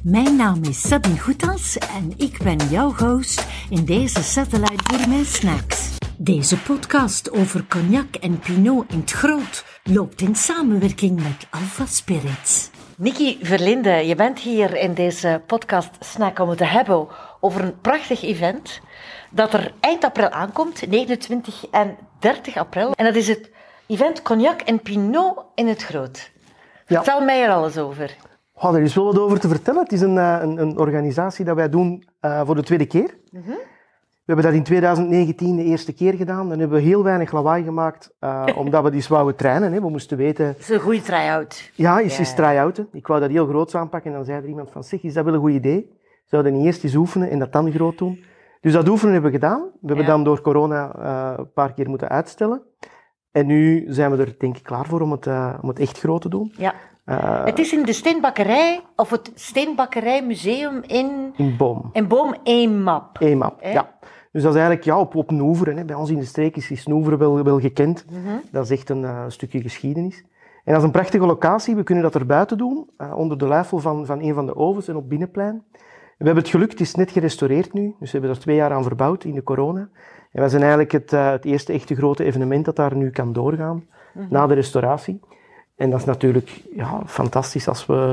Mijn naam is Sabine Goethals en ik ben jouw host in deze Satellite Gourmet Snacks. Deze podcast over cognac en pinot in het groot loopt in samenwerking met Alpha Spirits. Nikki Verlinde, je bent hier in deze podcast Snack om het te hebben over een prachtig event dat er eind april aankomt, 29 en 30 april. En dat is het event Cognac en Pinot in het groot. Ja. Vertel mij er alles over. Oh, er is wel wat over te vertellen. Het is een organisatie dat wij doen voor de tweede keer. Mm-hmm. We hebben dat in 2019 de eerste keer gedaan. Dan hebben we heel weinig lawaai gemaakt, omdat we die wouden trainen. Hè. We moesten weten... Het is een goede try-out. Ja, is try-outen. Ik wou dat heel groot aanpakken en dan zei er iemand van, zeg, is dat wel een goed idee? Zouden we niet eerst eens oefenen en dat dan groot doen? Dus dat oefenen hebben we gedaan. We hebben dan door corona een paar keer moeten uitstellen. En nu zijn we er denk ik klaar voor om het echt groot te doen. Ja. Het is in de Steenbakkerij, of het Steenbakkerijmuseum in Boom. In Boom, EMAP. EMAP, ja. Dus dat is eigenlijk op een oever. Hè. Bij ons in de streek is Snoever wel gekend. Mm-hmm. Dat is echt een stukje geschiedenis. En dat is een prachtige locatie. We kunnen dat er buiten doen, onder de luifel van een van de ovens en op Binnenplein. We hebben het geluk, het is net gerestaureerd nu. Dus we hebben er 2 jaar aan verbouwd in de corona. En wij zijn eigenlijk het eerste echte grote evenement dat daar nu kan doorgaan, na de restauratie. En dat is natuurlijk fantastisch.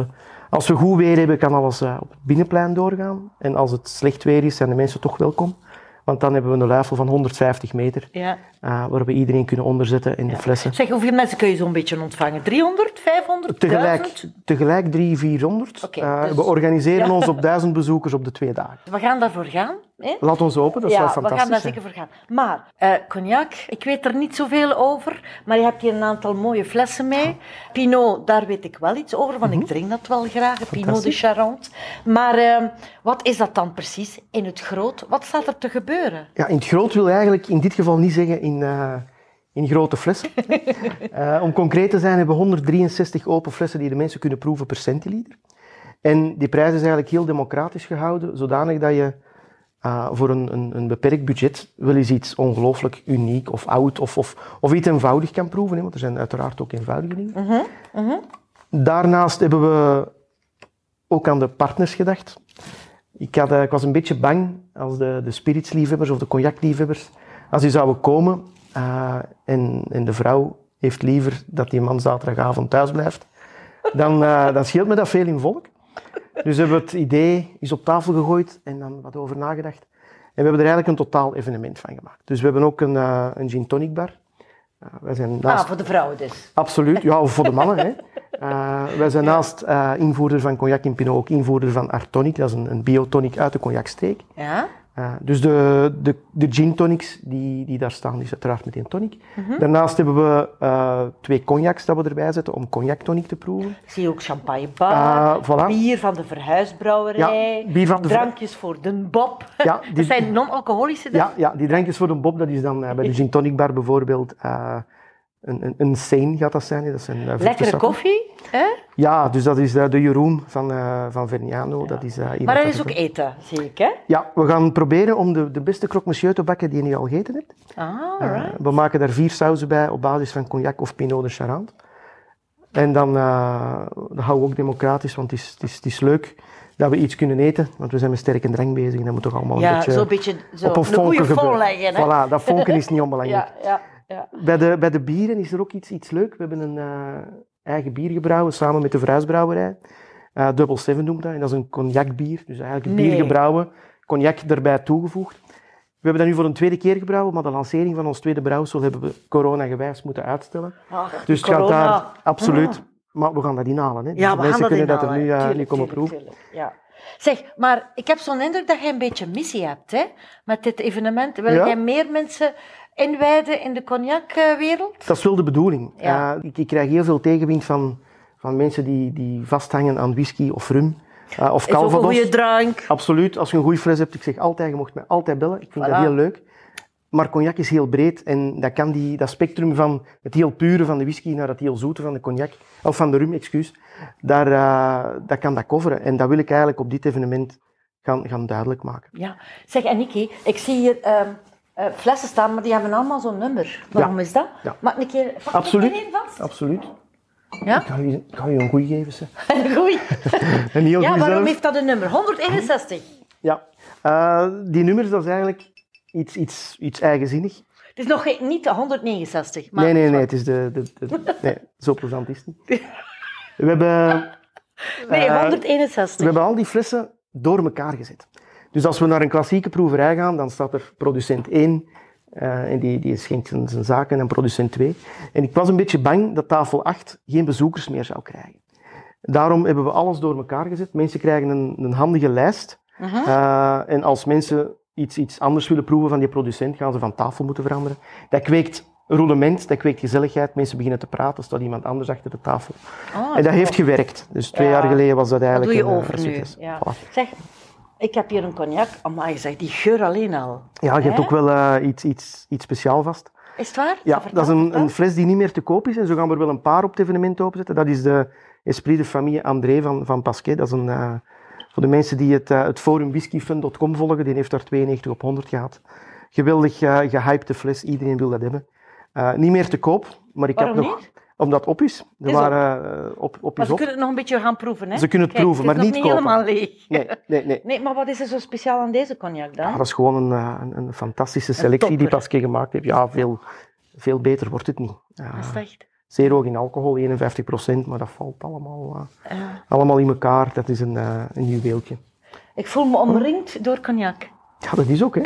Als we goed weer hebben, kan alles op het Binnenplein doorgaan. En als het slecht weer is, zijn de mensen toch welkom. Want dan hebben we een luifel van 150 meter, waar we iedereen kunnen onderzetten in de flessen. Zeg, hoeveel mensen kun je zo'n beetje ontvangen? 300, 500, Tegelijk 300, 400. Okay, dus, we organiseren ons op 1000 bezoekers op de 2 dagen. We gaan daarvoor gaan. Hè? Laat ons open, dat zou fantastisch zijn. We gaan daar zeker voor gaan. Maar cognac, ik weet er niet zoveel over, maar je hebt hier een aantal mooie flessen mee. Pinot, daar weet ik wel iets over, want ik drink dat wel graag, Pinot de Charente. Maar wat is dat dan precies in het groot? Wat staat er te gebeuren? Ja, in het groot wil eigenlijk in dit geval niet zeggen in grote flessen. Om concreet te zijn hebben we 163 open flessen die de mensen kunnen proeven per centiliter. En die prijs is eigenlijk heel democratisch gehouden, zodanig dat je voor een beperkt budget wel eens iets ongelooflijk uniek of oud of iets eenvoudig kan proeven. Hè, want er zijn uiteraard ook eenvoudige dingen. Mm-hmm. Mm-hmm. Daarnaast hebben we ook aan de partners gedacht. Ik was een beetje bang als de spiritsliefhebbers of de cognacliefhebbers, als die zouden komen en de vrouw heeft liever dat die man zaterdagavond thuis blijft, dan scheelt me dat veel in volk. Dus hebben we het idee is op tafel gegooid en dan wat over nagedacht. En we hebben er eigenlijk een totaal evenement van gemaakt. Dus we hebben ook een gin tonic bar. Wij zijn naast... voor de vrouwen dus. Absoluut, ja, of voor de mannen. Hè. Wij zijn naast invoerder van cognac en pinot ook invoerder van Artonic. Dat is een biotonic uit de cognacstreek. Ja. Dus de gin tonics die daar staan, is uiteraard meteen tonic. Mm-hmm. Daarnaast hebben we 2 cognacs dat we erbij zetten om cognac tonic te proeven. Ik zie ook champagnebar, voilà. Bier van de Verhuisbrouwerij, drankjes voor de Bob. Ja, dat zijn non-alcoholische dranken? Ja, die drankjes voor de Bob, dat is dan bij de gin tonic bar bijvoorbeeld een Seine gaat dat zijn. Dat zijn lekkere koffie, hè? Ja, dus dat is de Jeroen van Verniano. Ja. Dat is, maar dat is ook eten, zie ik, hè? Ja, we gaan proberen om de beste croque monsieur te bakken die je al gegeten hebt. Right. We maken daar 4 sauzen bij op basis van cognac of Pinot de Charente. En dan houden we ook democratisch, want het is leuk dat we iets kunnen eten, want we zijn met sterke drank bezig en dat moet toch allemaal een beetje op een goede vol leggen, hè? Voilà, dat vonken is niet onbelangrijk. Ja. Bij de bieren is er ook iets leuk. We hebben een eigen bier gebrouwen samen met de Verhuisbrouwerij. Double 7 noemt dat. En dat is een cognacbier. Dus eigenlijk een bier gebrouwen, cognac erbij toegevoegd. We hebben dat nu voor een 2e keer gebrouwen, maar de lancering van ons tweede brouwsel hebben we corona-gewijs moeten uitstellen. Dus het gaat daar absoluut. Maar we gaan dat inhalen. Hè. Ja, dus mensen kunnen dat er nu komen proeven. Ja. Zeg, maar ik heb zo'n indruk dat jij een beetje missie hebt, hè? Met dit evenement. Wil jij meer mensen inwijden in de cognacwereld? Dat is wel de bedoeling. Ja. Ik krijg heel veel tegenwind van mensen die vasthangen aan whisky of rum. Of Calvados. Is ook een goede drank. Absoluut. Als je een goede fles hebt, ik zeg altijd, je mocht mij altijd bellen. Ik vind dat heel leuk. Maar cognac is heel breed en dat kan dat spectrum van het heel pure van de whisky naar het heel zoete van de cognac, of van de rum, dat kan dat coveren. En dat wil ik eigenlijk op dit evenement gaan duidelijk maken. Ja. Zeg, en Nikki, ik zie hier flessen staan, maar die hebben allemaal zo'n nummer. Waarom is dat? Ja. Mag ik een keer Absoluut. vast? Absoluut. Ja? Ik ga je een goeie geven, zeg. Een goeie. Een heel Ja, goeie waarom zelf. heeft dat een nummer? 161. Ja. Die nummers, dat is eigenlijk iets eigenzinnig. Het is nog niet de 169. Maar Nee, het is nee, zo plezant is het niet. We hebben... Nee, we 161. hebben al die flessen door elkaar gezet. Dus als we naar een klassieke proeverij gaan, dan staat er producent 1... en die schenkt zijn zaken aan producent 2. En ik was een beetje bang dat tafel 8 geen bezoekers meer zou krijgen. Daarom hebben we alles door elkaar gezet. Mensen krijgen een handige lijst. En als mensen iets anders willen proeven van die producent, gaan ze van tafel moeten veranderen. Dat kweekt roulement, dat kweekt gezelligheid. Mensen beginnen te praten, staat iemand anders achter de tafel. En dat heeft gewerkt. Dus 2 jaar geleden was dat eigenlijk doe je over een nu. succes. Ja. Voilà. Zeg, ik heb hier een cognac. Amai, zeg, die geur alleen al. Ja, je hebt ook wel iets speciaals vast. Is het waar? Ja, dat is een fles die niet meer te koop is. En zo gaan we er wel een paar op het evenement openzetten. Dat is de Esprit de Famille André van Pasquet. Dat is voor de mensen die het forum whiskyfun.com volgen, die heeft daar 92 op 100 gehad. Geweldig gehypte fles, iedereen wil dat hebben. Niet meer te koop, maar ik Waarom heb nog... niet? Omdat het op is. Is op Maar is ze op. kunnen het nog een beetje gaan proeven, hè? Ze kunnen het proeven, maar het is niet nog kopen. helemaal leeg. Nee. Nee, maar wat is er zo speciaal aan deze cognac dan? Ja, dat is gewoon een fantastische selectie die topper. Pasquet gemaakt heeft. Ja, veel beter wordt het niet. Dat is echt... Zeer hoog in alcohol, 51%, maar dat valt allemaal in elkaar. Dat is een juweeltje. Ik voel me omringd door cognac. Ja, dat is ook, hè.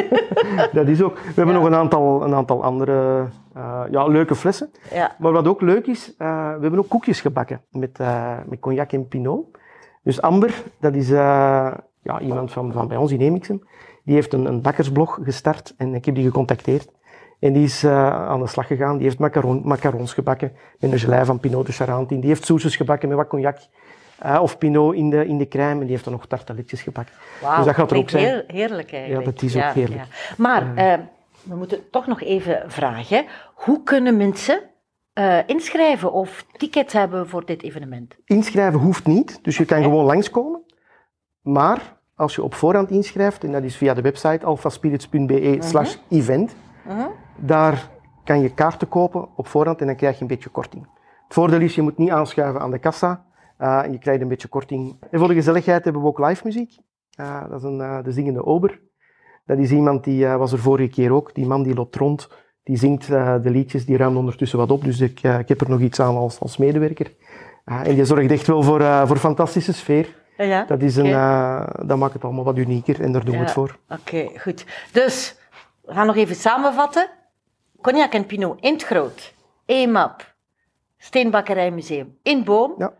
Dat is ook. We hebben nog een aantal andere leuke flessen. Ja. Maar wat ook leuk is, we hebben ook koekjes gebakken met cognac en pinot. Dus Amber, dat is iemand van bij ons in Emixem. Die heeft een bakkersblog gestart en ik heb die gecontacteerd. En die is aan de slag gegaan. Die heeft macarons gebakken met een gelei van Pinot de Charente in. Die heeft soesjes gebakken met wat cognac of Pinot in de crème. En die heeft dan nog tarteletjes gebakken. Wauw, Dus dat gaat er ook zijn. Heerlijk eigenlijk. Ja, dat is ook heerlijk. Ja. Maar we moeten toch nog even vragen. Hoe kunnen mensen inschrijven of tickets hebben voor dit evenement? Inschrijven hoeft niet, dus je kan gewoon langskomen. Maar als je op voorhand inschrijft, en dat is via de website alphaspirits.be/event, daar kan je kaarten kopen op voorhand en dan krijg je een beetje korting. Het voordeel is, je moet niet aanschuiven aan de kassa en je krijgt een beetje korting. En voor de gezelligheid hebben we ook live muziek. Dat is de zingende ober. Dat is iemand die was er vorige keer ook. Die man die loopt rond, die zingt de liedjes, die ruimt ondertussen wat op. Dus ik heb er nog iets aan als medewerker. En die zorgt echt wel voor fantastische sfeer. Ja, dat is dat maakt het allemaal wat unieker en daar doen we het voor. Oké, goed. Dus, we gaan nog even samenvatten. Cognac en Pinot in het Groot. EMAP, Steenbakkerijmuseum in Boom. Ja.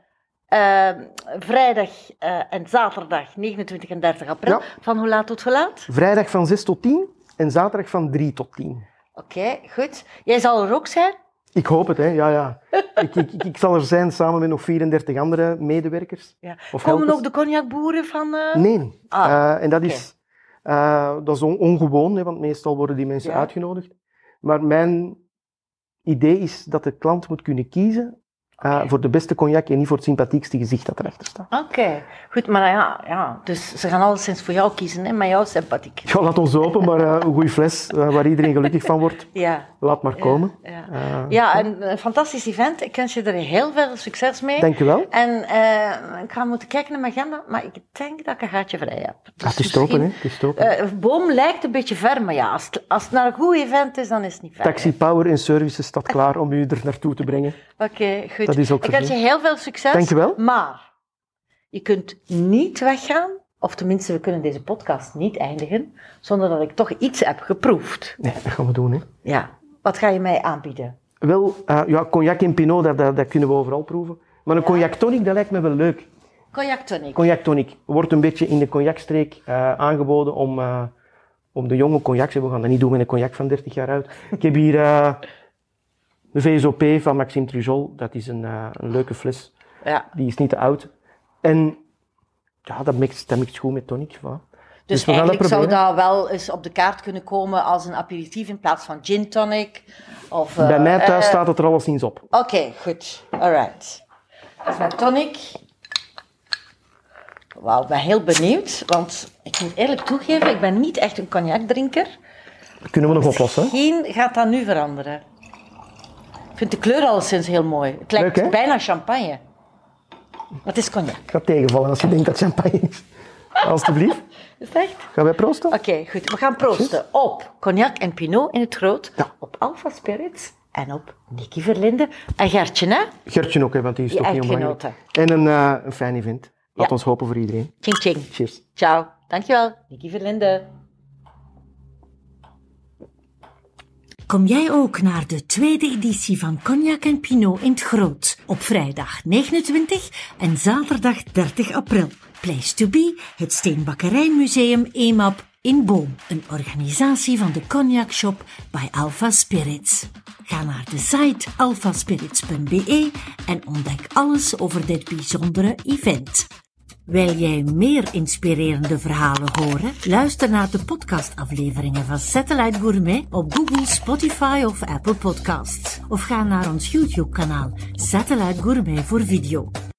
Vrijdag en zaterdag 29 en 30 april. Ja. Van hoe laat tot hoe laat? Vrijdag van 6 tot 10 en zaterdag van 3 tot 10. Oké, goed. Jij zal er ook zijn? Ik hoop het, hè. Ja. ik zal er zijn samen met nog 34 andere medewerkers. Ja. Of Komen helpers. ook de cognacboeren van... Nee. En dat oké. is ongewoon, hè, want meestal worden die mensen uitgenodigd. Maar mijn idee is dat de klant moet kunnen kiezen voor de beste cognac en niet voor het sympathiekste gezicht dat erachter staat. Oké, goed, maar ja, dus ze gaan alleszins voor jou kiezen, hè, met jouw sympathiek. Ja, laat ons open, maar een goede fles waar iedereen gelukkig van wordt, laat maar komen. Ja, een fantastisch event. Ik wens je er heel veel succes mee. Dank je wel. En ik ga moeten kijken naar mijn agenda, maar ik denk dat ik een gaatje vrij heb. Dus het is open, hè. Het is open. Boom lijkt een beetje ver, maar ja, als het naar een goed event is, dan is het niet ver. Taxi Power en Services staat klaar om u er naartoe te brengen. Oké, goed. Dat is ook ik wens je heel veel succes. Dank je wel. Maar je kunt niet weggaan, of tenminste, we kunnen deze podcast niet eindigen, zonder dat ik toch iets heb geproefd. Nee, dat gaan we doen, hè. Ja, wat ga je mij aanbieden? Wel, cognac en pinot, dat kunnen we overal proeven. Maar een cognac tonic, dat lijkt me wel leuk. Cognac tonic. Cognac tonic wordt een beetje in de cognacstreek aangeboden om de jonge cognacs, we gaan dat niet doen met een cognac van 30 jaar oud. Ik heb hier de VSOP van Maxime Trujol, dat is een leuke fles. Ja. Die is niet te oud. En ja, dat mixt goed met tonic. Voilà. Dus we gaan eigenlijk dat zou proberen. dat wel eens op de kaart kunnen komen als een aperitief in plaats van gin tonic. Of, Bij mij thuis staat het er alleszins op. Oké, goed. Alright. Dat is mijn tonic. Wauw, ik ben heel benieuwd, want ik moet eerlijk toegeven, ik ben niet echt een cognacdrinker. Dat kunnen we nog oplossen. Misschien gaat dat nu veranderen. Ik vind de kleur alleszins heel mooi. Het lijkt Leuk, hè? bijna champagne. Het is cognac. Ik ga tegenvallen als je denkt dat champagne is. Alsjeblieft. Is het echt? Gaan wij proosten? Oké, goed. We gaan proosten op cognac en pinot in het groot, Ja. op Alpha Spirits en op Nicky Verlinde. En Gertje, hè? Gertje ook, hè, want die is Je toch niet onbelangrijk. echtgenote. En een fijn event. Laat Ja. ons hopen voor iedereen. Ching ching. Cheers. Ciao. Dankjewel, Nicky Verlinde. Kom jij ook naar de tweede editie van Cognac en Pinot in het Groot op vrijdag 29 en zaterdag 30 april. Place to be, het Steenbakkerijmuseum EMAP in Boom, een organisatie van de Cognac Shop bij Alpha Spirits. Ga naar de site alphaspirits.be en ontdek alles over dit bijzondere event. Wil jij meer inspirerende verhalen horen? Luister naar de podcastafleveringen van Satellite Gourmet op Google, Spotify of Apple Podcasts. Of ga naar ons YouTube-kanaal Satellite Gourmet voor video.